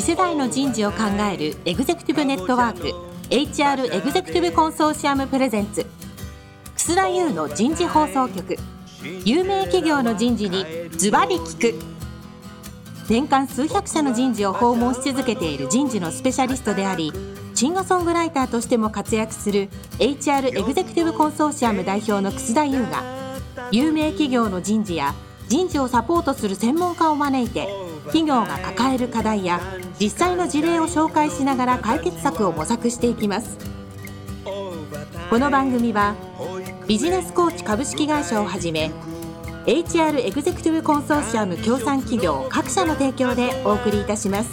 世代の人事を考えるエグゼクティブネットワーク HR エグゼクティブコンソーシアムプレゼンツ楠田優の人事放送局。有名企業の人事にズバリ聞く。年間数百社の人事を訪問し続けている人事のスペシャリストであり、シンガーソングライターとしても活躍する HR エグゼクティブコンソーシアム代表の楠田優が、有名企業の人事や人事をサポートする専門家を招いて、企業が抱える課題や実際の事例を紹介しながら解決策を模索していきます。この番組はビジネスコーチ株式会社をはじめ HR エグゼクティブコンソーシアム協賛企業各社の提供でお送りいたします。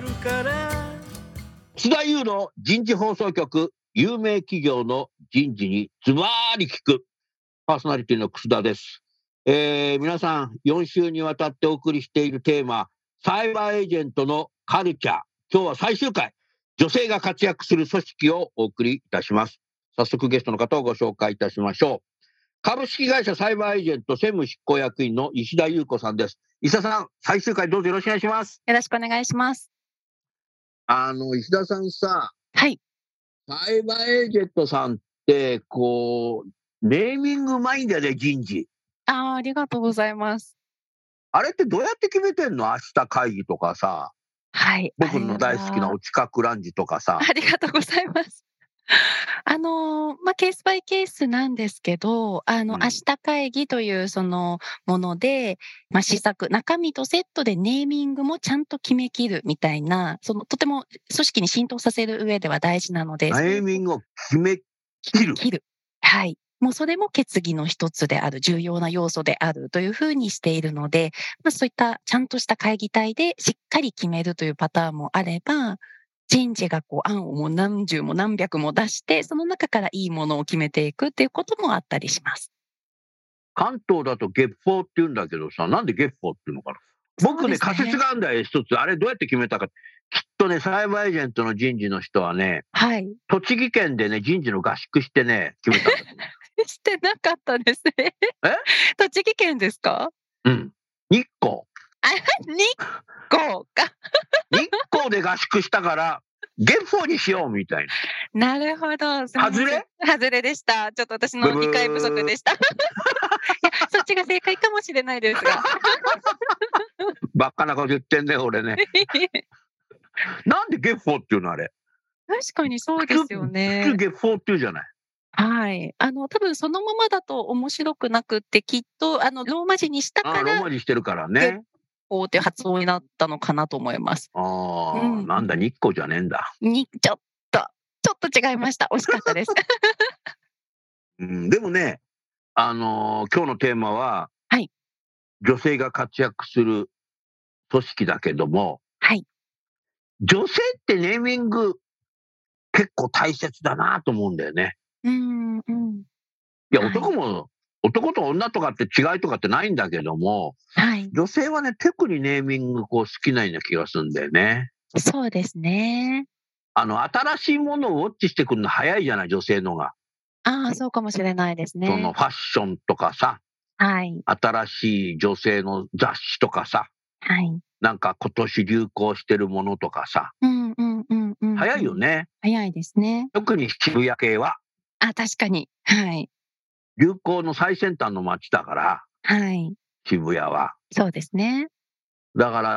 楠田優の人事放送局、有名企業の人事にズバーリ聞く。パーソナリティの楠田です。皆さん4週にわたってお送りしているテーマ、サイバーエージェントのカルチャー。今日は最終回、女性が活躍する組織をお送りいたします。早速ゲストの方をご紹介いたしましょう。株式会社サイバーエージェント専務執行役員の石田優子さんです。石田さん、最終回どうぞよろしくお願いします。 よろしくお願いします。 石田さんさ、 はい。 サイバーエージェントさんってネーミングうまいんだよね、人事。 ありがとうございます。 あれってどうやって決めてんの？明日会議とかさ、 はい。 僕の大好きなお近くランジとかさ。 ありがとうございます。ケースバイケースなんですけど、明日会議というそのもので、施策、中身とセットでネーミングもちゃんと決めきるみたいな、とても組織に浸透させる上では大事なので。 ネーミングを決めきる。 はい。もうそれも決議の一つである、重要な要素であるというふうにしているので、そういったちゃんとした会議体でしっかり決めるというパターンもあれば、人事が案をもう何十も何百も出して、その中からいいものを決めていくっていうこともあったりします。 関東だと月報って言うんだけどさ、なんで月報っていうのかな。僕ね、仮説があるんだよ、一つ。あれどうやって決めたか。きっとね、サイバーエージェントの人事の人はね、 はい。 栃木県でね、人事の合宿してね、決めたんだ。 してなかったですね。栃木県ですか？ うん。日光。 日光か。 日光で合宿したから、月報にしようみたいな。なるほど。 外れでした。ちょっと私の理解不足でした。いや、そっちが正解かもしれないですが。 バカなこと言ってんね、俺ね。なんで月報っていうのあれ。 確かにそうですよね。 普通月報っていうじゃない。 はい。多分そのままだと面白くなくって、きっと、ローマ字にしたから。 ローマ字してるからね。 こうって発音になったのかなと思います。 なんだ、日光じゃねえんだ。 ちょっと違いました。惜しかったです。 でもね、今日のテーマは、 はい。 女性が活躍する組織だけども、 はい。女性ってネーミング結構大切だなと思うんだよね。いや、男と女とかって違いとかってないんだけども、 はい、 女性はね、特にネーミング好きなような気がするんだよね。 そうですね。 新しいものをウォッチしてくるの早いじゃない、女性のが。 そうかもしれないですね。 そのファッションとかさ、 はい、 新しい女性の雑誌とかさ、 はい、 なんか今年流行してるものとかさ、早いよね。 早いですね。 特に渋谷系は。 確かに。はい。 流行の最先端の街だから、 はい。 渋谷は。 そうですね。 だから、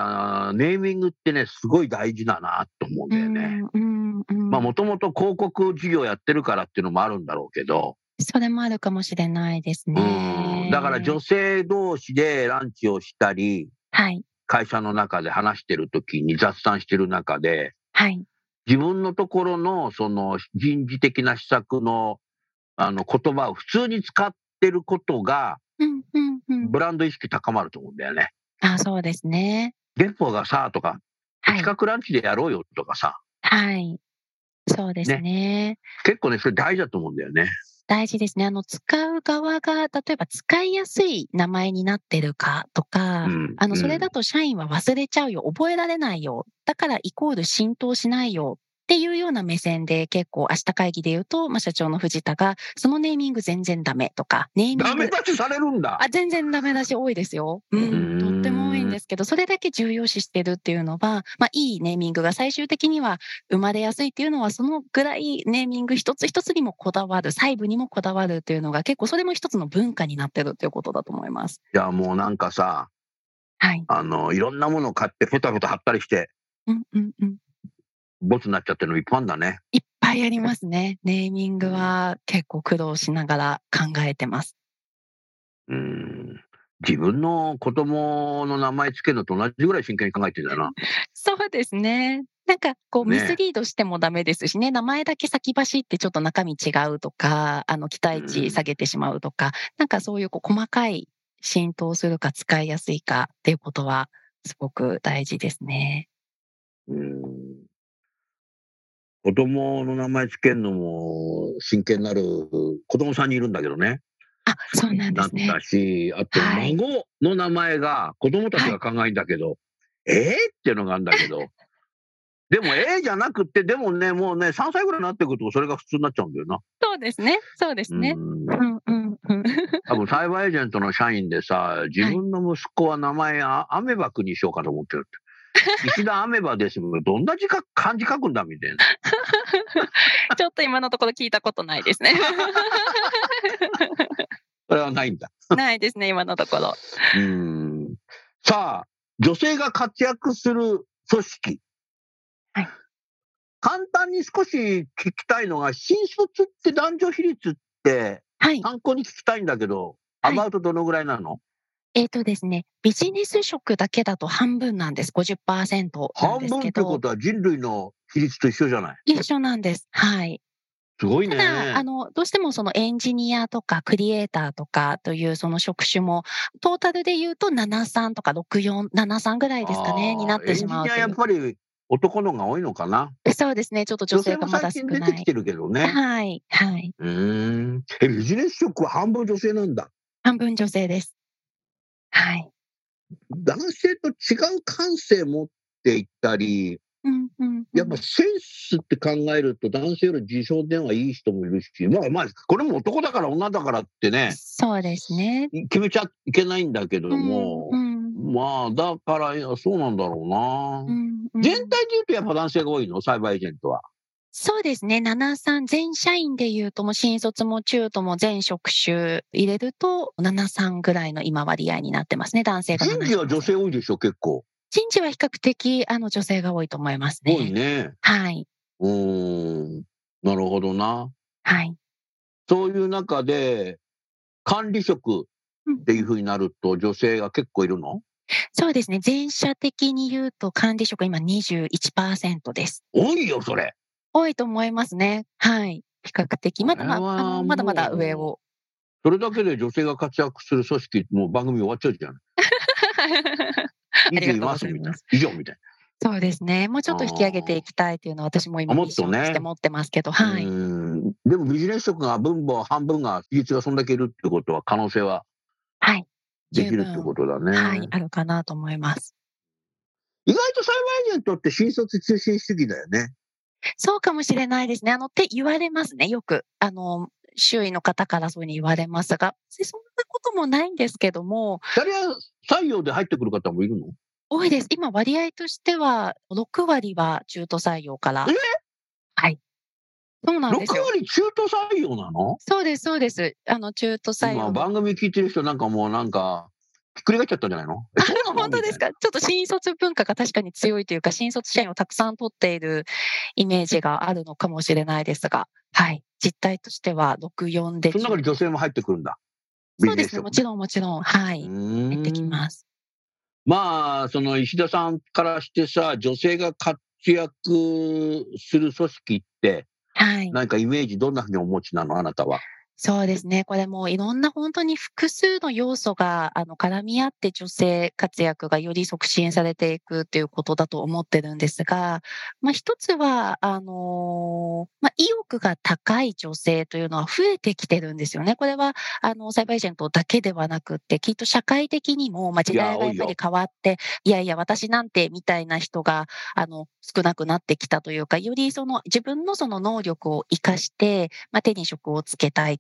ネーミングってね、すごい大事だなと思うんだよね。もともと広告事業やってるからっていうのもあるんだろうけど。 それもあるかもしれないですね。 だから女性同士でランチをしたり、 はい。 会社の中で話してる時に雑談してる中で、 はい。 自分のところのその人事的な施策の言葉を普通に使ってることが、ブランド意識高まると思うんだよね。 そうですね。 月報がさとか、企画ランチでやろうよとかさ。 はい。そうですね。 結構ね、それ大事だと思うんだよね。 大事ですね。使う側が、例えば使いやすい名前になってるかとか、それだと社員は忘れちゃうよ、覚えられないよ、だからイコール浸透しないよっていうような目線で結構明日会議で言うと、社長の藤田が、そのネーミング全然ダメとか、ネーミング。 ダメ出しされるんだ。 全然ダメ出し多いですよ。とっても多いんんですけど、それだけ重要視してるっていうのは、いいネーミングが最終的には生まれやすいっていうのは、そのぐらいネーミング一つ一つにもこだわる、細部にもこだわるっていうのが結構それも一つの文化になってるっていうことだと思います。 いや、もうなんかさ、 はい。 いろんなものを買ってペタペタ貼ったりして、 うんうんうん。 ボツになっちゃってるのいっぱいあるんだね。 いっぱいありますね。ネーミングは結構苦労しながら考えてます。 うん。自分の子供の名前つけるのと同じぐらい真剣に考えてんだよな。 そうですね。なんかこうミスねリードしてもダメですしね、名前だけ先走ってちょっと中身違うとか、期え。う待値下ん。 げてしまうとか、なんかそういう細かい浸透するか使いやすいかっていうことはすごく大事ですね。 うん。子供の名前つけるのも真剣になる子供さんにいるんだけどね。 あ、そうなんでだっすね。 たし、あとはい。 孫の名前が子供たちはい。 が考えるんだけど、っていうのがあるんだけど、でもじゃなくて、でもね、もうね、3歳ぐらいになってくるとそれが普通になっちゃうんだよな。 そうですね。そうですうね。うん。 んうんうん。 多分サイバーエージェントの社員でさ、自はい。 分の息子は名前アメバ君にしようかと思ってるって。石田アメバですもん、どんな漢字書くんだみたいな。 ちょっと今のところ聞いたことないですね。 それはないんだ。 ないですね、今のところ。 うん。さあ、女性が活躍する組織。 はい。 簡単に少し聞きたいのが、新卒って男女比率ってはい。 参考に聞きたいんだけど、アはい。 バウトどのぐらいなの？ ですね、ビジネス職だけだと半分なんです。50%なん半ですけど、 分っていうことは人類の比率と一緒じゃない。 一緒なんです。はい。 すごいただ、 ね。 どうしてもそのエンジニアとかクリエイターとかというその職種も、トータルで言うと73とか64、73ぐらいですかね、になああ、 ってしエンジニアやまうという。 っぱり男の方が多いのかな。 そうですね、ちょっと女女性も性がまだ最近出て少ない。 きてるけどね。 はい、はい。 ビジネス職は半分女性なんだ。 半分女性です。はい。 男性と違う感性持っていったり、 うんうんうやっぱん。 センスって考えると男性より自称電話いい人もいるし、これも男だから女だからってね、 そうですね。 決めちゃいけないんだけどうんうも、 ん。 だから、そうなんだろううな。 んうん。 全体で言うとやっぱ男性が多いの？サイバーエージェントは。 そうですね、73、全社員で言うともう新卒も中途も全職種入れると、73ぐらいの今割合になってますね。男性が人事は女性 70%。 多いでしょ、結構。 人事は比較的、女性が多いと思います多いね。 ね。 はい。 うーん。なるほどな。 はい。 そういう中で、管理職っていううんうん。 風になると女性が結構いるの？ そうですね、全社的に言うと管理職今21%です。 多いよ、それ。 多いと思いますね。はい。比較的。 これはまだまだ上もう、 を。 それだけで女性が活躍する組織、もう番組終わっちゃうじゃん。 あ以上いりがとうごますみたいな。 ざいます。 以上みたいそうですね。もうちょな。 っと引き上げていきたいというのは、私も今もっミッションとしてとね。 持ってますけど、はい。 でもビジネス職が半分が比率がそんだけいるってことは可能性ははい。 できるって十分、 ことだはい、 ね。 あるかなと思います。 意外とサイバーエージェントって新卒中心主義だよね。 そうかもしれないですね。って言われますね、よく。周囲の方からそういうふうに言われますが、そんなこともないんですけども、 キャリア採用で入ってくる方もいるの？ 多いです。今割合としては、6割は中途採用から。 えはい。そうなんです ?6 よ。 割中途採用なの？ そうですそうです。中途採用の。 今番組聞いてる人なんかもうなんか、ひっくり返っちゃったんじゃないの？そうなの？みたいな。 本当ですか？ちょっと新卒文化が確かに強いというか、新卒社員をたくさん取っているイメージがあるのかもしれないですが、はい。実態としては64でその中に女性も入ってくるんだ。ビそうですね、もジネス職も。 ちろんもちろん、はうい。入ってきーん。 ます。 その石田さんからしてさ、女性が活躍する組織って、 はい。 何かイメージどんな風にお持ちなの？あなたは。 そうですね。これもいろんな本当に複数の要素が、絡み合って女性活躍がより促進されていくっていうことだと思ってるんですが、一つは、意欲が高い女性というのは増えてきてるんですよね。これは、サイバーエージェントだけではなくって、きっと社会的にも、時いや、 代がやっぱり多いよ。 変わって、いやいや、私なんてみたいな人が、少なくなってきたというか、よりその自分のその能力を活かして、手に職をつけたいと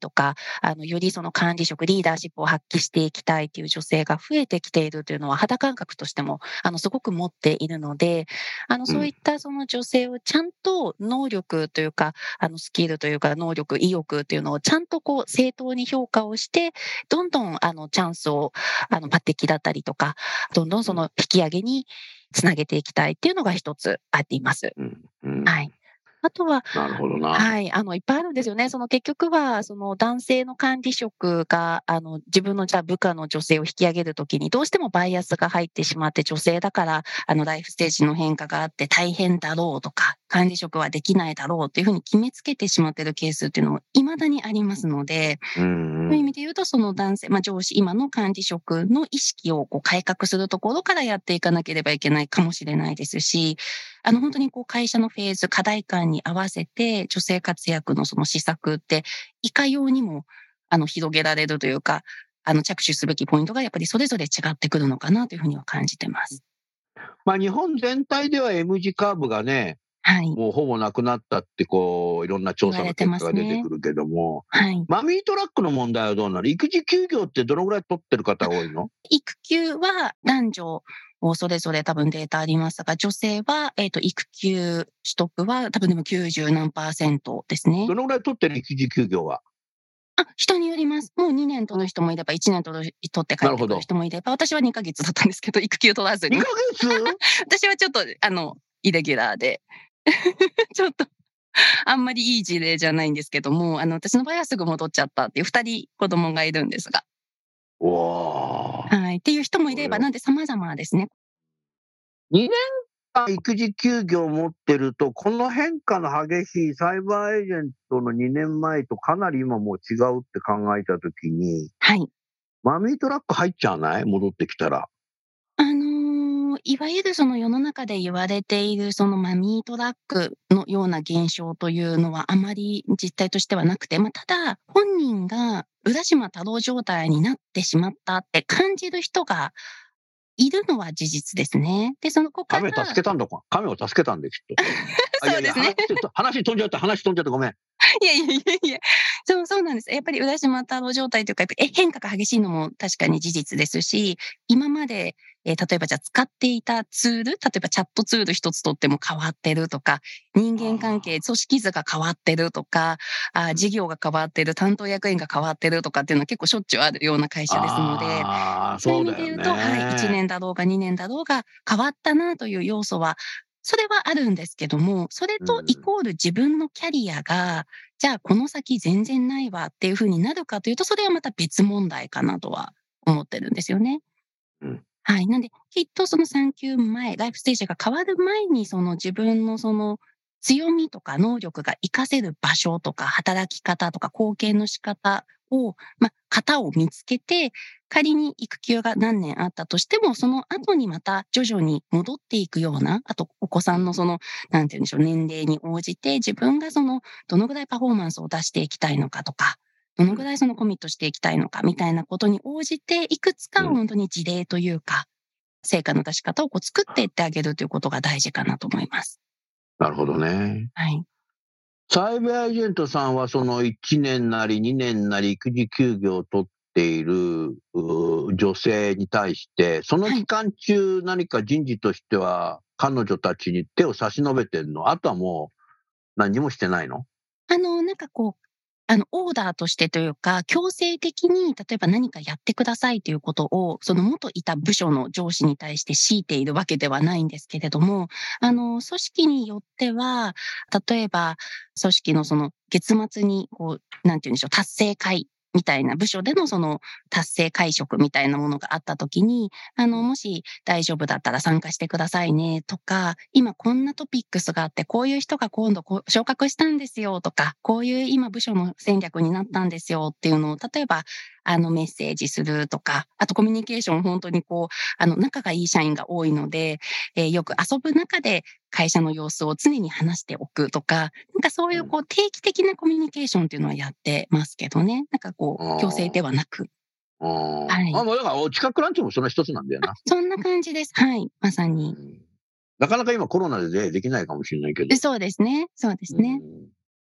とか、よりその管理職、リーダーシップを発揮していきたいっていう女性が増えてきているというのは肌感覚としても、すごく持っているので、そういったその女性をちゃんと能力というか、スキルというか能力、意欲っていうのをちゃんとこう正当に評価をして、どんどんチャンスを、抜擢だったりとか、どんどんその引き上げにつなげていきたいっていうのが一つあります。はい。あとは、 なるほどな。 はい、いっぱいあるんですよね。その結局は、その男性の管理職が、自分のじゃあ部下の女性を引き上げるときに、どうしてもバイアスが入ってしまって、女性だから、ライフステージの変化があって大変だろうとか、管理職はできないだろうっていうふうに決めつけてしまっているケースっていうのも未だにありますので、そういう意味で言うと、その男性、上司、今の管理職の意識をこう改革するところからやっていかなければいけないかもしれないですし、本当にこう会社のフェーズ、課題感に合わせて、女性活躍のその施策って、いかようにも、広げられるというか、着手すべきポイントがやっぱりそれぞれ違ってくるのかなというふうには感じてます。 日本全体では M 字カーブがね、 はい。 もうほぼなくなったってこう、いろんな調査の結果が出てくるけども、 はい。 マミートラックの問題はどうなの？育児休業ってどのぐらい取ってる方が多いの？ 育休は男女それぞれ多分データありますが、女性は、育休取得は多分でも90何%ですね。 どのぐらい取ってる育児休業は？ 人によります。もう2年取る人もいれば、1年取って帰ってくる人もいれば、私は2ヶ月だったんですけど、育休取らずに。 2ヶ月私はちょっと、イレギュラーで。ちょっと、あんまりいい事例じゃないんですけども、私の場合はすぐ戻っちゃったっていう2人子供がいるんですが。はい。っていう人もいれば、なんで様々ですね。 2年間育児休業を持ってると、この変化の激しいサイバーエージェントの2年前とかなり今もう違うって考えたときに、 はい。 マミートラック入っちゃわない？戻ってきたら。 いわゆるその世の中で言われているそのマミートラックのような現象というのはあまり実態としてはなくて、ただ本人が浦島太郎状態になってしまったって感じる人がいるのは事実ですね。で、その子から。 亀を助けたんだ。亀を助けたんで、きっと。 そうですね。 話飛んじゃった、ごめん。 いやいやいやいや。そうなんです。やっぱり浦島太郎状態というか、変化が激しいのも確かに事実ですし、今まで、例えばじゃあ使っていたツール、例えばチャットツール一つとっても変わってるとか、人間関係、組織図が変わってるとか、事業が変わってる、担当役員が変わってるとかっていうのは結構しょっちゅうあるような会社ですので、そういう意味で言うと、はい、1年だろうが2年だろうが変わったなという要素は、それはあるんですけども、それとイコール自分のキャリアが、じゃあこの先全然ないわっていう風になるかというと、それはまた別問題かなとは思ってるんですよね。はい。なんで、きっとその産休前、ライフステージが変わる前に、その自分のその強みとか能力が活かせる場所とか働き方とか貢献の仕方を、型を見つけて、仮に育休が何年あったとしても、その後にまた徐々に戻っていくような、あとお子さんのその、なんて言うんでしょう、年齢に応じて自分がその、どのぐらいパフォーマンスを出していきたいのかとか、どのぐらいそのコミットしていきたいのかみたいなことに応じて、いくつか本当に事例というか、成果の出し方をこう作っていってあげるということが大事かなと思います。 なるほどね。 はい。 サイバーエージェントさんはその1年なり2年なり育児休業を取っている女性に対して、その期間中何か人事としては彼女たちに手を差し伸べてんの？あとはもう何もしてないの？ なんかこう、オーダーとしてというか、強制的に、例えば何かやってくださいということを、その元いた部署の上司に対して強いているわけではないんですけれども、組織によっては、例えば、組織のその月末に、こう、なんて言うんでしょう、達成会みたいな部署でのその達成会食みたいなものがあったときに、もし大丈夫だったら参加してくださいねとか、今こんなトピックスがあって、こういう人が今度昇格したんですよとか、こういう今部署の戦略になったんですよっていうのを、例えば、メッセージするとか、あとコミュニケーション本当にこう、仲がいい社員が多いので、よく遊ぶ中で会社の様子を常に話しておくとか、なんかそういうこう定期的なコミュニケーションっていうのはやってますけどね。なんかこう、強制ではなく。はい。 だからお近くランチもその一つなんだよな。 そんな感じです。はい。まさに。 なかなか今コロナでできないかもしれないけど。 そうですね。そうですね。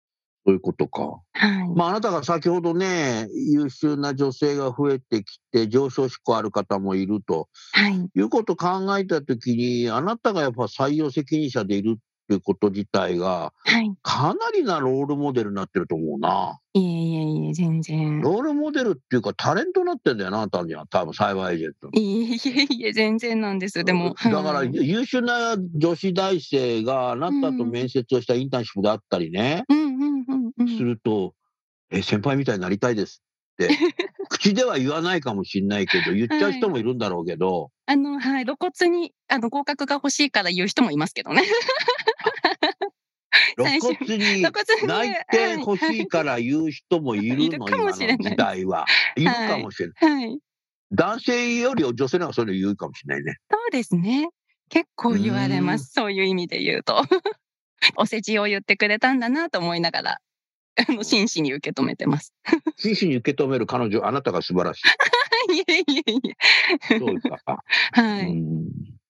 そういうことか。 はい。 まあ、あなたが先ほどね、優秀な女性が増えてきて、上昇志向ある方もいるとはい。 いうことを考えたときに、あなたがやっぱ採用責任者でいるっていうこと自体が、 はい。 かなりなロールモデルになってると思うな。 いえいえいえ、全然。 ロールモデルっていうか、タレントになってんだよな、あなたには、多分サイバーエージェントの。 いえいえいえ、全然なんです。でも、 だから、 はい。 優秀な女子大生があなたとうん。 面接をしたインターンシップであったりね、 うんうんうんうすん。 ると、先輩みたいになりたいですって、口では言わないかもしんないけど、言っちゃうはい。 人もいるんだろうけど、 はい、露骨に、合格が欲しいから言う人もいますけどね。 露最初、 骨に露骨に泣い言う、 てはいはい。 欲しいから言う人もいるの、 いるかも今の時しれないです。 代は。いるはい。 かもしれない。 はい。 男性より女性の方がそういうの言うかもしれないね。 そうですね。結構う言われーん。 ます。そういう意味で言うと。お世辞を言ってくれたんだなと思いながら、真摯に受け止めてます。 真摯に受け止める彼女、あなたが素晴らしい。 いえいえいえ。 そうか。うはい。 ん。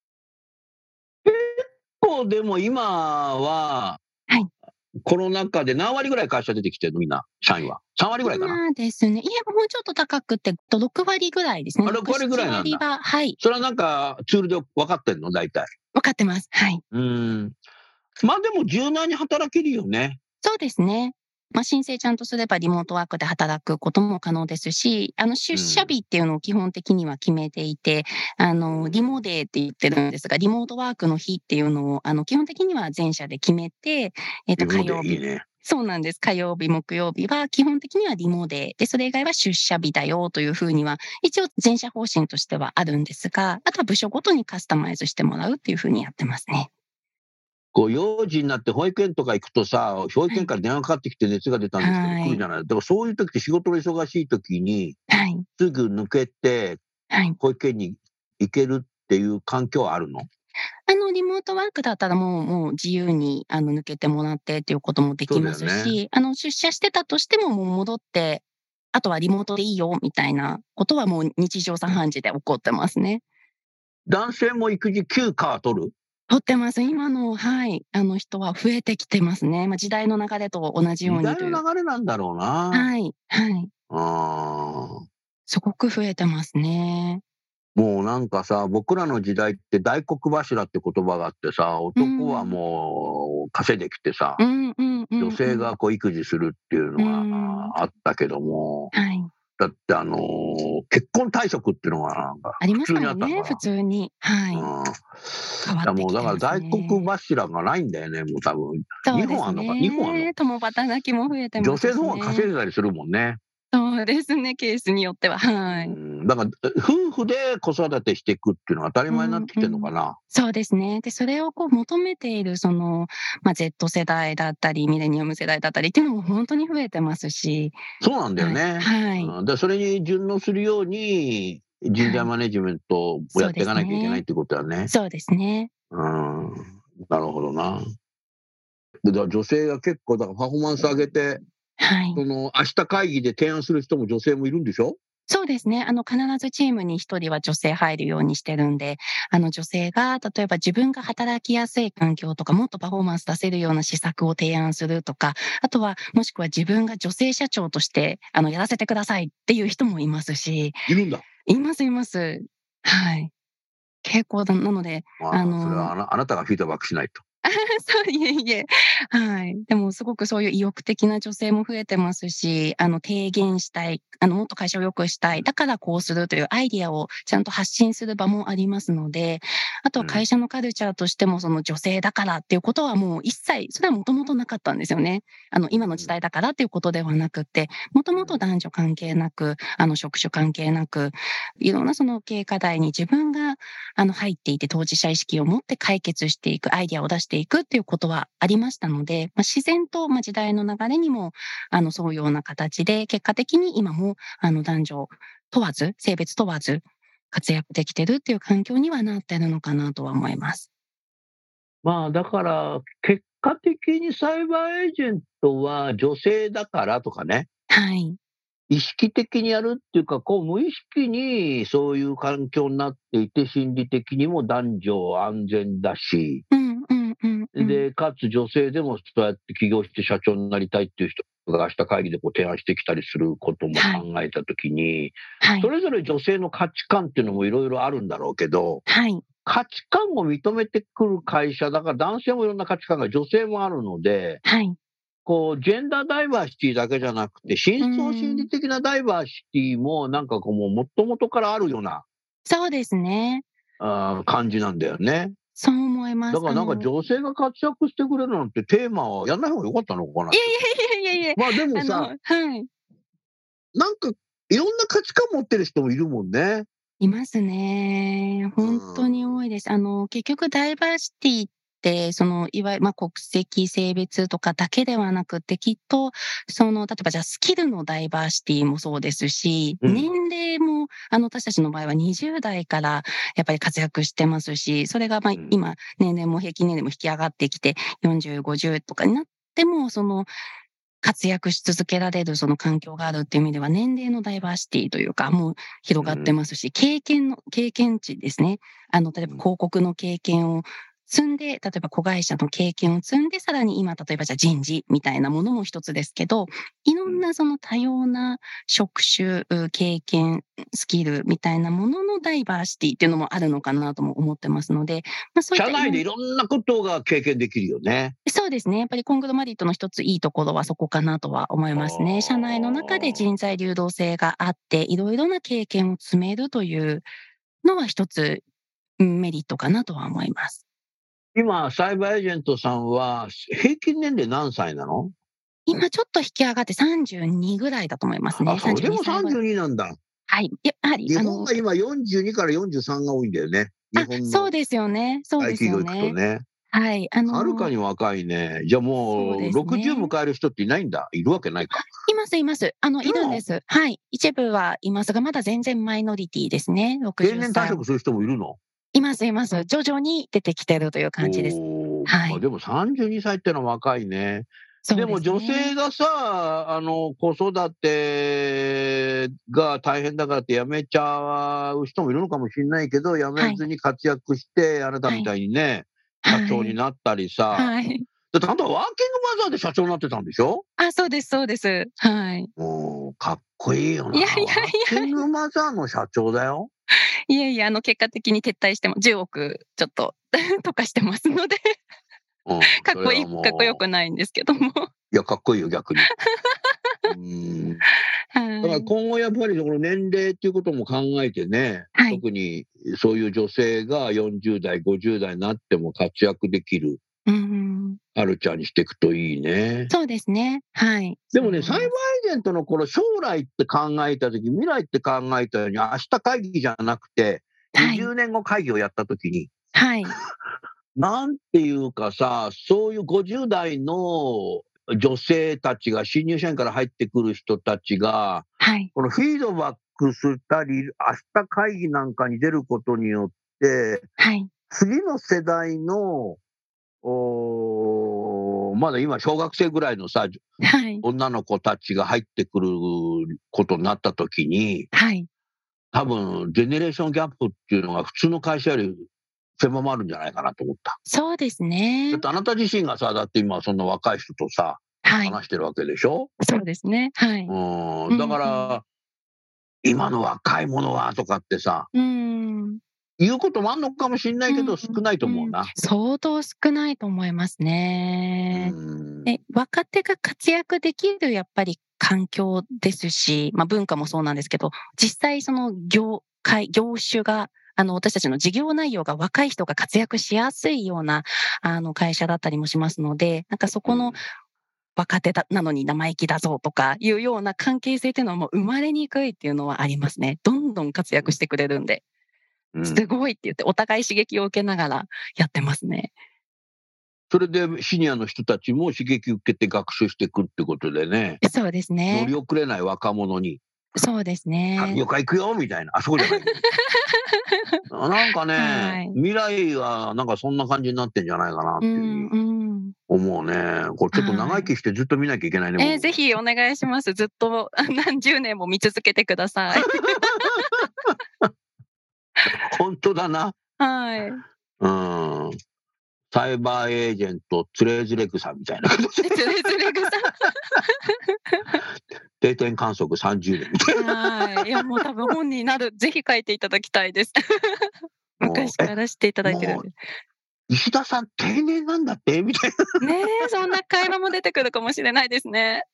構でも今は、 はい。 コロナ禍で何割ぐらい会社出てきてるのみんな、社員は。3割ぐらいかな。 今ですね、いや、もうちょっと高くて、6割ぐらいですね。 あ、6 6、 割ぐら 7 いなんだ。 割は、はい、 それはなんかツールで分かってんの大体。 分かってます。はい。 うーん。ま、でも柔軟に働けるよね。 そうですね。申請ちゃんとすればリモートワークで働くことも可能ですし、出社うん。 日っていうのを基本的には決めていて、リモデーって言ってるんですが、リモートワークの日っていうのを、基本的には全社で決めて、 リモで火曜日、 いいね。 そうなんです。火曜日、木曜日は基本的にはリモデーで、それ以外は出社日だよというふうには、一応全社方針としてはあるんですが、あとは部署ごとにカスタマイズしてもらうっていうふうにやってますね。 こう幼児になって保育園とか行くとさ、保育園はい。 から電話かかってきて熱が出たんですけどはい。 来るじゃない。だからそういう時って仕事の忙しい時に、 はい。 すぐ抜けてはい。 保育園に行けるっていう環境はあるの？ リモートワークだったらもう自由に、抜けてもらってっていうこともでそうきまだよね。 すし、出社してたとしても、もう戻って、あとはリモートでいいよみたいなことはもう日常茶飯事で起こってますね。 男性も育児休暇は取る？ 取ってます。今の、はい、人は増えてきてますね。時代の流れと同じよ時代のうにという。 流れなんだろうな。 はい、はい。 ああ。 すごく増えてますね。 もうなんかさ、僕らの時代って大黒柱って言葉があってさ、 う男はん。 もう稼いできてさ、 うんうんう女んうん。 性がこう育児するっていううのがん。 あったけども、 はい。 だって結婚退職っていうのがなんかあります普通にからね、普あったのか通に。はな。 い。 うん。 変わってもうだからきてます大黒ね。 柱がないんだよね、もう多分。2 そうです本あんのか、2本あんの？ ね。共働きも増えてます女性の方が稼しね。 いでたりするもんね。 そうですね、ケースによっては、はい。 だから、夫婦で子育てしていくっていうのは当たりう前になってきてるのんうん。 かな。 そうですね。で、それを求めているZ 世代だったり、ミレニアム世代だったりっていうのもほんとに増えてますし、 そうなんだよはい。 ね。 はい。 それに順応するように、人はい。 材マネジメントをやそうでっていかなきゃいけないっすね。 てことだね。 そうですね。 うん、なるほどな。女性が結構だからパフォーマンス上げて、 はい。 明日会議で提案する人も女性もいるんでしょ？ そうですね。必ずチームに1人は女性入るようにしてるんで、女性が例えば自分が働きやすい環境とか、もっとパフォーマンス出せるような施策を提案するとか、あとは、もしくは自分が女性社長として、やらせてくださいっていう人もいますし、 いるんだ。 いますいます。はい。結構なので、 まあ、それはあなたがフィードバックしないと。 そう、いえいえ。はい。でもすごくそういう意欲的な女性も増えてますし、提言したい、もっと会社を良くしたい、だからこうするというアイディアをちゃんと発信する場もありますので、あとは会うん。 社のカルチャーとしてもその女性だからっていうことはもう一切、それはもともとなかったんですよね。今の時うん。 代だからっていうことではなくて、もともとうん。 男女関係なく、職種関係なく、いろんなその経営課題に自分が入っていて当事者意識を持って解決していく、アイディアを出していくっていうことはありましたので、自然と、時代の流れにも、沿うような形で、結果的に今も、男女問わず、性別問わず、活躍できてるっていう環境にはなってるのかなとは思います。 まあ、だから、結果的にサイバーエージェントは女性だからとかね、 はい。 意識的にやるっていうか、こう無意識にそういう環境になっていて、心理的にも男女安全だし、 うんうんうんで、かつ女性でもそうやって起業して社長になりたいっていう人が明日会議でこう提案してきたりすることも考えたときに、それぞれ女性の価値観っていうのもいろいろあるんだろうけど、価値観を認めてくる会社だから男性もいろんな価値観が女性もあるので、こうジェンダーダイバーシティだけじゃなくて深層心理的なダイバーシティもなんかこうもともとからあるようなそうですね。 感じなんだよね。 そう思います。 だからなんか女性が活躍してくれるなんてテーマはやんない方がよかったのかな。 いやまあでもさ、なんかいろんな価値観持ってる人もいるもんね。 いますね。本当に多いです。結局ダイバーシティって、いわゆる、国籍、性別とかだけではなくて、きっと、例えばじゃあスキルのダイバーシティもそうですし、年齢も、私たちの場合は20代からやっぱり活躍してますし、それが今、年齢も平均年齢も引き上がってきて、40、50とかになっても、活躍し続けられるその環境があるっていう意味では、年齢のダイバーシティというか、もう広がってますし、経験値ですね。例えば広告の経験を積んで、例えば子会社の経験を積んで、さらに今、例えばじゃあ人事みたいなものも一つですけど、いろんなその多様な職種、経験、スキルみたいなもののダイバーシティっていうのもあるのかなとも思ってますので、 そういった社内でいろんなことが経験できるよね。 そうですね。やっぱりコングロマリットの一ついいところはそこかなとは思いますね。社内の中で人材流動性があって、いろいろな経験を積めるというのは一つメリットかなとは思います。 今、サイバーエージェントさんは平均年齢何歳なの？ 今ちょっと引き上がって32ぐらいだと思いますね。 それでも32なんだ。 はい。やはり日本が今42から43が多いんだよね。日本のそうですよね。そうですよね。 大企業行くとね。 はい。 はるかに若いね。じゃあもう60迎える人っていないんだ。いるわけないか。 います。いるんです。はい。一部はいますが、まだ全然マイノリティですね。 定年退職する人もいるの？ います。徐々に出てきてるという感じです。はい。 でも32歳ってのは若いね。でも女性がさ、子育てが大変だからって辞めちゃう人もいるのかもしれないけど、辞めずに活躍して、あなたみたいにね、社長になったりさ。だってあんたワーキングマザーで社長になってたんでしょ？ そうです。はい。 もう、かっこいいよな。ワーキングマザーの社長だよ。 いやいや、結果的に撤退しても10億ちょっととかしてますので。かっこよくないんですけども。 いや、かっこいいよ、逆に。だから今後やっぱりその年齢っていうことも考えてね、特にそういう女性が40代、50代になっても活躍できる、はるちゃんにしていくといいね。 そうですね。はい。 でもね、サイバーエージェントの頃、将来って考えたとき、未来って考えたように、明日会議じゃなくて、20年後会議をやったときに、なんていうかさ、そういう50代の女性たちが、新入社員から入ってくる人たちが、このフィードバックしたり、明日会議なんかに出ることによって、次の世代の、まだ今小学生ぐらいのさ、女の子たちが入ってくることになったときに、多分、ジェネレーションギャップっていうのが普通の会社より狭まるんじゃないかなと思った。 そうですね。 だってあなた自身がさ、だって今そんな若い人とさ、話してるわけでしょ？ そうですね。はい。 だから、今の若い者はとかってさ、言うこともあんのかもしれないけど、少ないと思うな。 相当少ないと思いますね。若手が活躍できるやっぱり環境ですし、文化もそうなんですけど、実際その業種が私たちの事業内容が若い人が活躍しやすいような会社だったりもしますので、なんかそこの若手なのに生意気だぞとかいうような関係性っていうのはもう生まれにくいっていうのはありますね。どんどん活躍してくれるんで。すごいって言ってお互い刺激を受けながらやってますね。 それでシニアの人たちも刺激受けて学習していくってことでね。 そうですね。 乗り遅れない若者に。 そうですね。 産業化行くよみたいな。そうじゃない。なんかね、未来はなんかそんな感じになってんじゃないかなっていう思うね。これちょっと長生きしてずっと見なきゃいけないね。 ぜひお願いします。ずっと何十年も見続けてください。 本当だな。 サイバーエージェント、つれづれ草みたいな形で、 つれづれ草。 定点観測30年みたいな。 はい。いや、もう多分本になる、ぜひ書いていただきたいです。昔から知っていただいてるんで。 石田さん定年なんだってみたいな。 ねえ、そんな会話も出てくるかもしれないですね。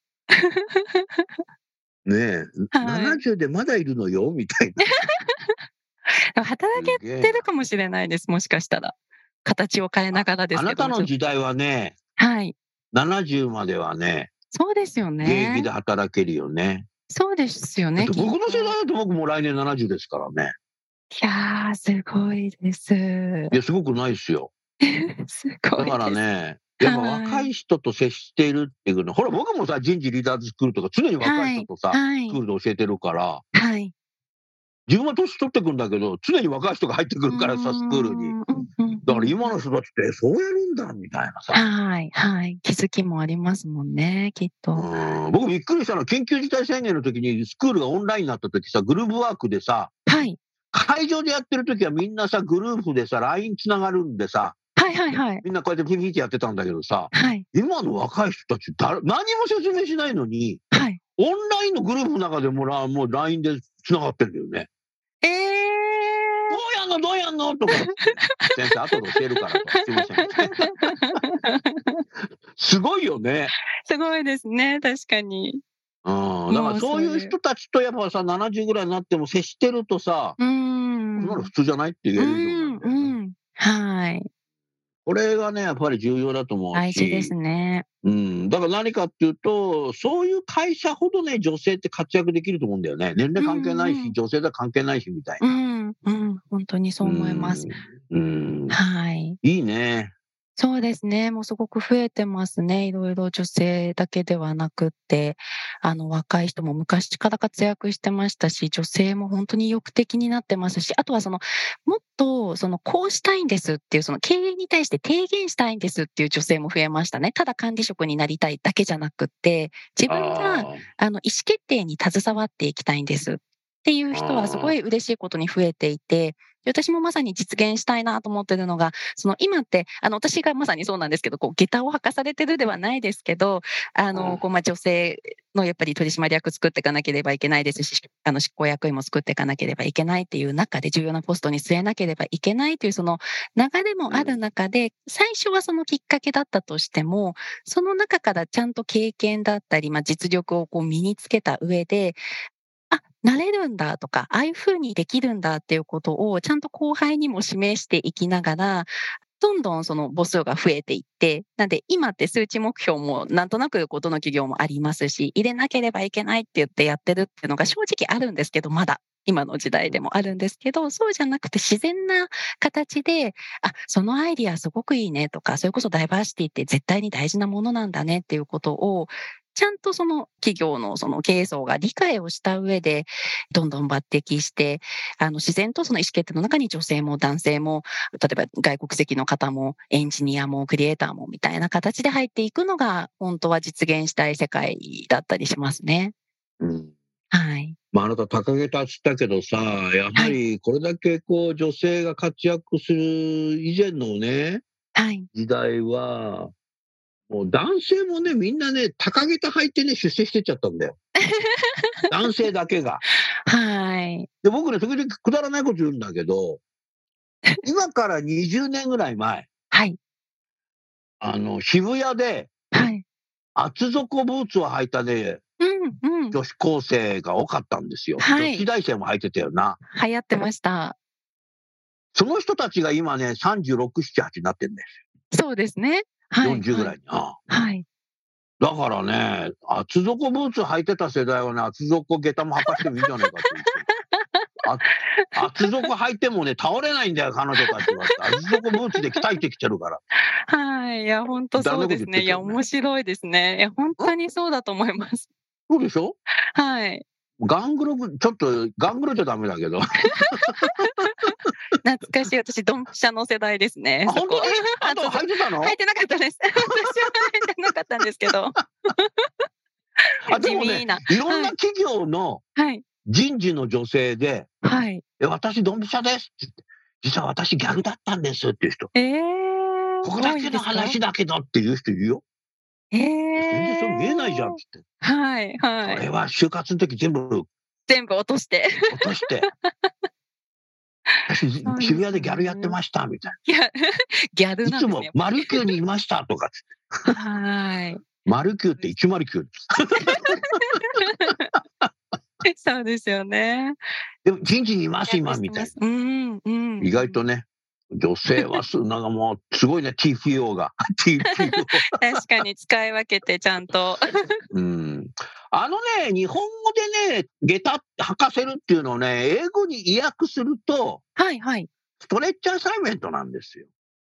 ねえ、 はい。 70でまだいるのよみたいな。 でも働けすげえてるかもしれないです。もしかしたら。形を変えながらですあなけども。 たの時代はね、 はい。 70まではね、 そうですよ現役ね。 で働けるよね。 そうですよね。 だって僕の世代きっだと僕も来年70ですからね。 といやー、すごいです。 いや、すごくないですよ。 すごいです。 だからね、やっぱ若い人と接しているっていうの、ほら僕もさ、人事リーダーズスクールとか常に若い人とさ、 はいスクールで教えてるから、 はい。 自分は年取ってくんだけど、常に若い人が入ってくるからさ、スクールに。だから今の人たちってそうやるんだみたいなさ。 はいはい。気づきもありますもんね、きっと。 僕びっくりしたのは緊急事態宣言の時にスクールがオンラインになった時さ、グループワークでさ、 はい。 会場でやってる時はみんなさ、グループでさ、LINE つながるんでさ、 はいはいはい。 みんなこうやってピピってやってたんだけどさ、 はい今の若い人たち何も説明しないのに、 はい。 オンラインのグループの中でもう LINE でつながってんだよね。どうやんのとか、先生後で教えるからとか、すいません。すごいよね。 すごいですね、確かに。 だからそういう人たちとやっぱさ、70ぐらいになっても接してるとさ、そんなの普通じゃないって言えるようになるんだよね。 はい。 これがね、やっぱり重要だと思うし。 大事ですね。 だから何かっていうと、そういう会社ほどね、女性って活躍できると思うんだよね。年齢関係ないし、女性とは関係ないしみたいな。 本当にそう思います。はい。 いいね。 そうですね。もうすごく増えてますね。いろいろ女性だけではなくって、若い人も昔から活躍してましたし、女性も本当に意欲的になってますし、あとはもっと、こうしたいんですっていう、経営に対して提言したいんですっていう女性も増えましたね。ただ管理職になりたいだけじゃなくって、自分が、意思決定に携わっていきたいんですっていう人はすごい嬉しいことに増えていて、私もまさに実現したいなと思ってるのが、今って、私がまさにそうなんですけど、下駄を履かされてるではないですけど、女性のやっぱり取締役作っていかなければいけないですし、執行役員も作っていかなければいけないっていう中で、重要なポストに据えなければいけないという、流れもある中で、最初はそのきっかけだったとしても、その中からちゃんと経験だったり、実力を身につけた上で、なれるんだとか、ああいう風にできるんだっていうことをちゃんと後輩にも示していきながら、どんどん母数が増えていって、なんで今って数値目標もなんとなくどの企業もありますし、入れなければいけないって言ってやってるっていうのが正直あるんですけど、まだ。今の時代でもあるんですけど、そうじゃなくて自然な形で、そのアイディアすごくいいねとか、それこそダイバーシティって絶対に大事なものなんだねっていうことを、ちゃんと企業の経営層が理解をした上で、どんどん抜擢して、自然とその意思決定の中に女性も男性も、例えば外国籍の方もエンジニアもクリエイターもみたいな形で入っていくのが、本当は実現したい世界だったりしますね。はい。 あなた高げたっつったけどさ、やはりこれだけ女性が活躍する以前のね、時代は、もう男性もね、みんなね、高げた履いてね、出世してっちゃったんだよ。男性だけが。で、僕ね、時々くだらないこと言うんだけど、今から20年ぐらい前、渋谷で、厚底ブーツを履いたね、女子高生が多かったんですよ。女子大生も履いてたよな。 流行ってました。 その人たちが今ね、36、7、8になってんですよ。そうですね。 40ぐらいに。だからね、厚底ブーツ履いてた世代はね、厚底下駄も履かしてもいいんじゃないかと思って。厚底履いてもね、倒れないんだよ、彼女たちは。厚底ブーツで鍛えてきてるから。 いや、本当そうですね。いや、面白いですね。いや、本当にそうだと思います。 そうでしょ？ はい。 ガングロじゃダメだけど。 懐かしい。私、ドンピシャの世代ですね。 本当に？あと履いてたの？ 履いてなかったです。私は履いてなかったんですけど。 でもね、いろんな企業の人事の女性で、私ドンピシャですって言って、実は私ギャルだったんですっていう人。 ここだけの話だけどっていう人いるよ。 へ全然そう見えないじゃんっえ。 つって。 はいはい。 それは就活の時全部全部落として。 落として、私そうですよ渋谷でギャルやってね。 ましたみたいギャギャルな。いつなんですね、やっぱり。 もマルキューにいましたとかっつって。 はい。 マルキューって109です。 そうですよね。 でも人事にいます躍今みたいな。 してます。うんうん。 意外とね、女性はなんかもうすごいね TPO が TPO。 確かに使い分けてちゃんと。 うん。日本語でね、下駄履かせるっていうのをね、英語に意訳すると、 はいはい。 ストレッチアサイメントなんですよ。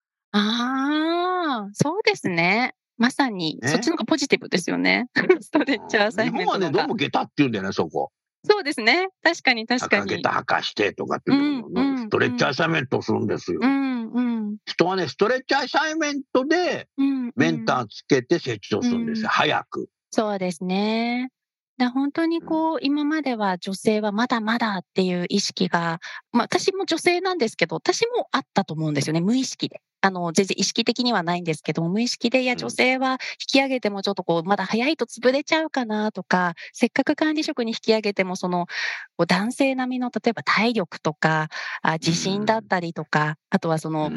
ああ、そうですね。まさにそっちね。 の方がポジティブですよね。ストレッチアサイ日本はね、 メントのが。 どうも下駄って言うんだよね、そこ。 そうですね。確かに確かに。 下駄履かしてとかって言うんだうんうけど、ストレッチアんうん。 サイメントをするんですうよ。 んうん。 人はね、ストレッチアサイメントでうんうメンタん。 ーつけて成長うするんですよ、 ん。 早く。 そうですね。本当にうん。 こう、今までは女性はまだまだっていう意識が、私も女性なんですけど、私もあったと思うんですよね、無意識で。全然意識的にはないんですけども、無意識で、いや、女うん。 性は引き上げてもちょっとこう、まだ早いと潰れちゃうかなとか、せっかく管理職に引き上げても、こう男性並みの例えば体力とか、 う自信だっん。 たりとか、あとはうん。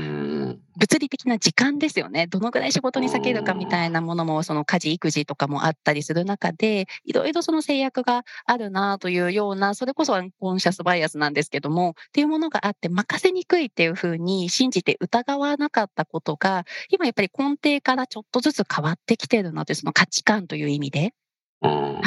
物理的な時間ですよね。どのぐらい仕事うに割けるかみん。 たいなものも、家事育児とかもあったりする中で、いろいろその制約があるなというような、それこそアンコンシャスバイアスなんですけども、っていうものがあって、任せにくいっていう風に信じて疑わなかったことが、今やっぱり根底からちょっとずつ変わってきてるので、その価値観という意味で。 うん。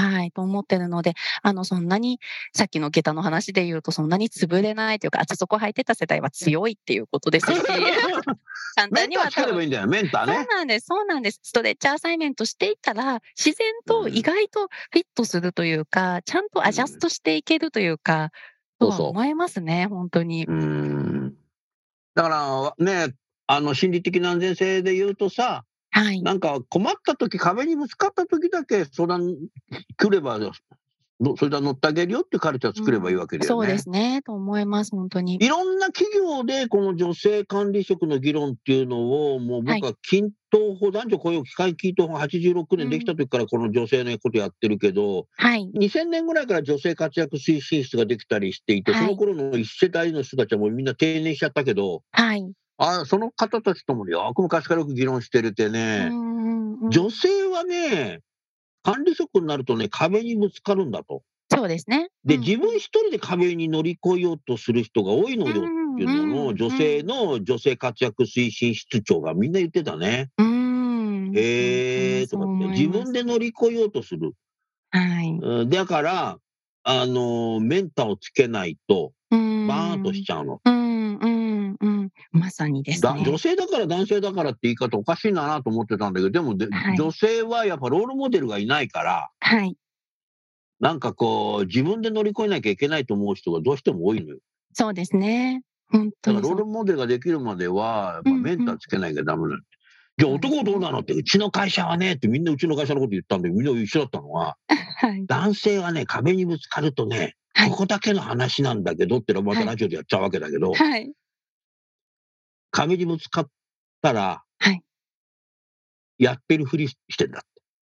はい、と思ってるので、そんなに、さっきの下駄の話で言うと、そんなに潰れないというか、厚底履いてた世代は強いっていうことですし、簡単メンターつけには多分ればいいんだよ、メンターそうね。 なんですそうなんです。ストレッチアサイメントしていったら、自然と意うん。 外とフィットするというか、ちゃんとアジャスうん。 トしていけるというか、とそうそは思いますね、ほんとに。 う。だからね、心理的な安全性で言うとさ、 はい。 なんか困った時、壁にぶつかった時だけ相談来れば、それでは乗ってあげるよっていうカルチャー作ればいいわけだよそうでね。 すね、と思います、ほんとに。 いろんな企業でこの女性管理職の議論っていうのを、もうはい。 僕は均等法、男女雇用機会均等法86年できうん。 た時からこの女性のことやってるけど、 はい。 2000年ぐらいから女性活躍推進室ができたりしていて、そはい。 の頃の一世代の人たちはもうみんな定年しちゃったけど、 はい。 その方たちともよく昔からよく議論してるてうね、 んうんうん。 女性はね、管理職になるとね、壁にぶつかるんだと。 そうですね。うで、自分んうん。 一人で壁に乗り越えようとする人が多いのうよっていうのを、 んうんうん。 女性活躍推進室長がみんな言ってたね。 ほんとにそうとかって、 思います。 自分で乗り越えようとする。 はい。 だから、メンタをつけないと、 うーバーンとしん。 ちゃうの。 うんうんうん。まさにです女ね。 性だから男性だからって言い方おかしいなと思ってたんだけど、でもはい。 女性はやっぱロールモデルがいないから、 はい。 なんかこう、自分で乗り越えなきゃいけないと思う人がどうしても多いのよ。 そうですね。ほんとだからローにそう。 ルモデルができるまでは、やっぱメンうんうん。 ターつけなきゃダメなの。じゃあそうですね。 男はどうなのって、うちの会社はねってみんなうちの会社のこと言ったんで、みんな一緒だったのは、 はい。 男性はね、壁にぶつかるとね、 はい。 ここだけの話なんだけどってのはまたはい。 ラジオでやっちゃうわけだけど、 はい。 壁にぶつかったら、 はい。 やってるふりしてんだ。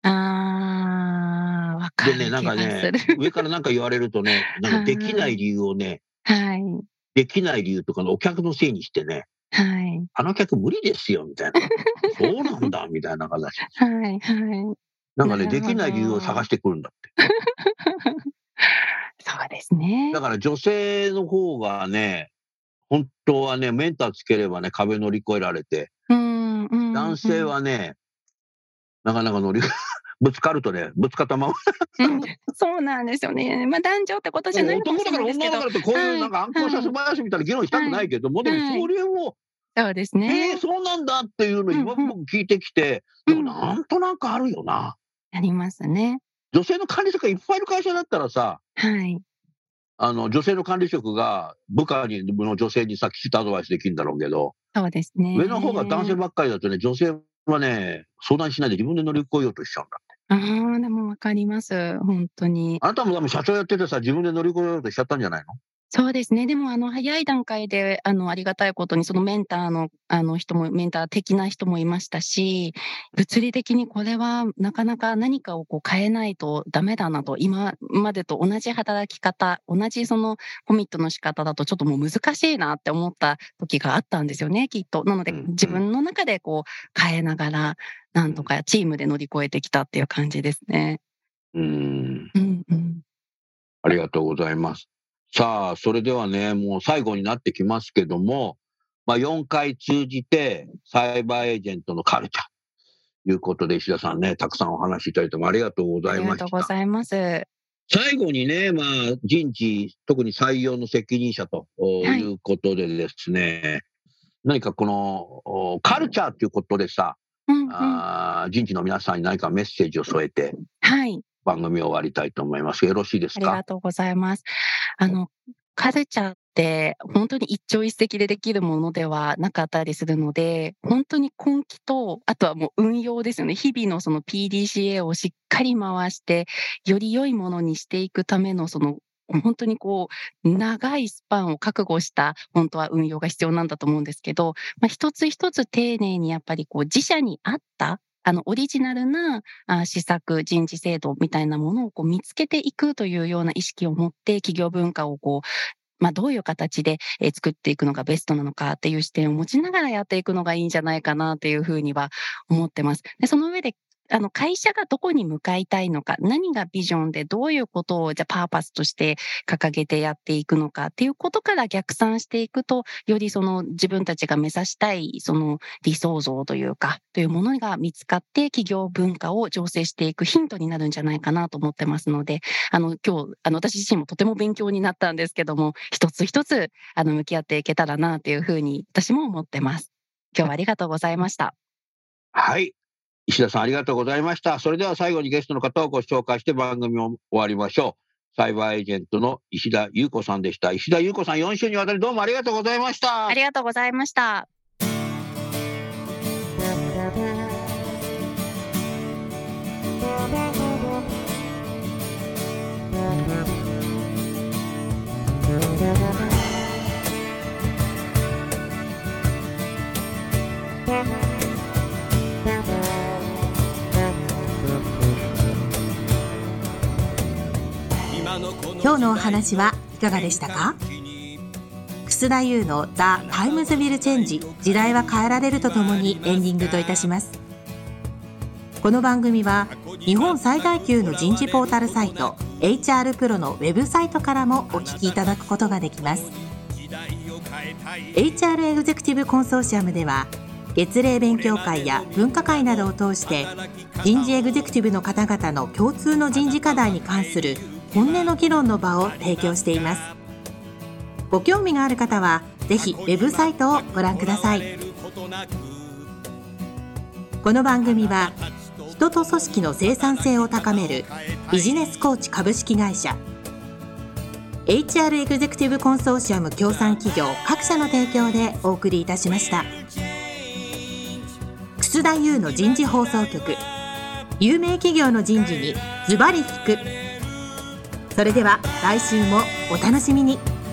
ああ、分でね、 かるなんかね、 気がする。 上からなんか言われるとね、なんかできないはい。 理由をね、 はい。 できない理由とかのお客のせいにしてね、 はい。 あの客無理ですよみたいな。そうなんだみたいな形。 はいはい。 なんかね、 なるほできない理由を探ど。 してくるんだって。 そうですね。 だから女性の方がね、本当はね、メンターつければね、壁乗り越えられて、 うんうん男性うん。 はね、なかなかぶつかるとね、ぶつかったまま、 うん、そうなんですよね。男女ってことじゃないのかもしれ男だからないですけど、 女だからってこういうなんはい、 かアンコンシャスはい、 バイアスみたいな議論したくはい、 ないけども、でもはい。 それを、 そうですね。 そうなんだっていうのを今うんうん、 僕聞いてきて、でもうん。 なんとなくあるよな。 ありますね。 女性の管理職がいっぱいいる会社だったらさ、 はい。 女性の管理職が部下の女性にさ、きちっとアドバイスできるんだろうけど、 そうです上の方が男性ね。 ばっかりだとね、女性はね、相談しないで自分で乗り越えようとしちゃうんだ。 ああ、でも分かります。ほんとに。 あなたも多分社長やっててさ、自分で乗り越えようとしちゃったんじゃないの？ そうですね。でも、早い段階で、ありがたいことに、そのメンターの、メンター的な人もいましたし、物理的にこれはなかなか何かをこう変えないとダメだなと、今までと同じ働き方、同じそのコミットの仕方だとちょっともう難しいなって思った時があったんですよね、きっと。なので、自分の中でこう変えながら、なんとかチームで乗り越えてきたっていう感じですね。 うんうんうん。 ありがとうございます。さあ、それではね、もう最後になってきますけども、4回通じてサイバーエージェントのカルチャーということで、石田さんね、たくさんお話しいただいてもありがとうごありがとうございました。 ざいます。 最後にね、人事、特に採用の責任者ということでですね、何かこのカルチャーということでさ、 うんうん。 人事の皆さんに何かメッセージを添えてはい。 番組を終わりたいと思います。よろしいですか？ ありがとうございます。カルチャーって本当に一朝一夕でできるものではなかったりするので、本当に根気と、あとはもう運用ですよね。日々のその PDCA をしっかり回して、より良いものにしていくための本当にこう、長いスパンを覚悟した本当は運用が必要なんだと思うんですけど、一つ一つ丁寧にやっぱりこう自社に合ったオリジナルな施策、人事制度みたいなものをこう見つけていくというような意識を持って、企業文化をこう、どういう形で作っていくのがベストなのかっていう視点を持ちながらやっていくのがいいんじゃないかなっていうふうには思ってます。で、その上で会社がどこに向かいたいのか、何がビジョンでどういうことをじゃパーパスとして掲げてやっていくのかっていうことから逆算していくと、よりその自分たちが目指したいその理想像というか、というものが見つかって企業文化を醸成していくヒントになるんじゃないかなと思ってますので、今日、私自身もとても勉強になったんですけども、一つ一つ、向き合っていけたらなというふうに私も思ってます。今日はありがとうございました。 はい。石田さんありがとうございました。それでは最後にゲストの方をご紹介して番組を終わりましょう。サイバーエージェントの石田裕子さんでした。石田裕子さん、4週にわたりどうもありがとうございました。 ありがとうございました。 今日のお話はいかがでしたか？楠田優の The Times Will Change 時代は変えられるとともにエンディングといたします。この番組は日本最大級の人事ポータルサイト HR プロのウェブサイトからもお聞きいただくことができます。 HR エグゼクティブコンソーシアムでは月例勉強会や分科会などを通して人事エグゼクティブの方々の共通の人事課題に関する本音の議論の場を提供しています。ご興味がある方はぜひウェブサイトをご覧ください。この番組は人と組織の生産性を高めるビジネスコーチ株式会社 HR エグゼクティブコンソーシアム協賛企業各社の提供でお送りいたしました。楠田優の人事放送局、有名企業の人事にズバリ聞く。それでは来週もお楽しみに。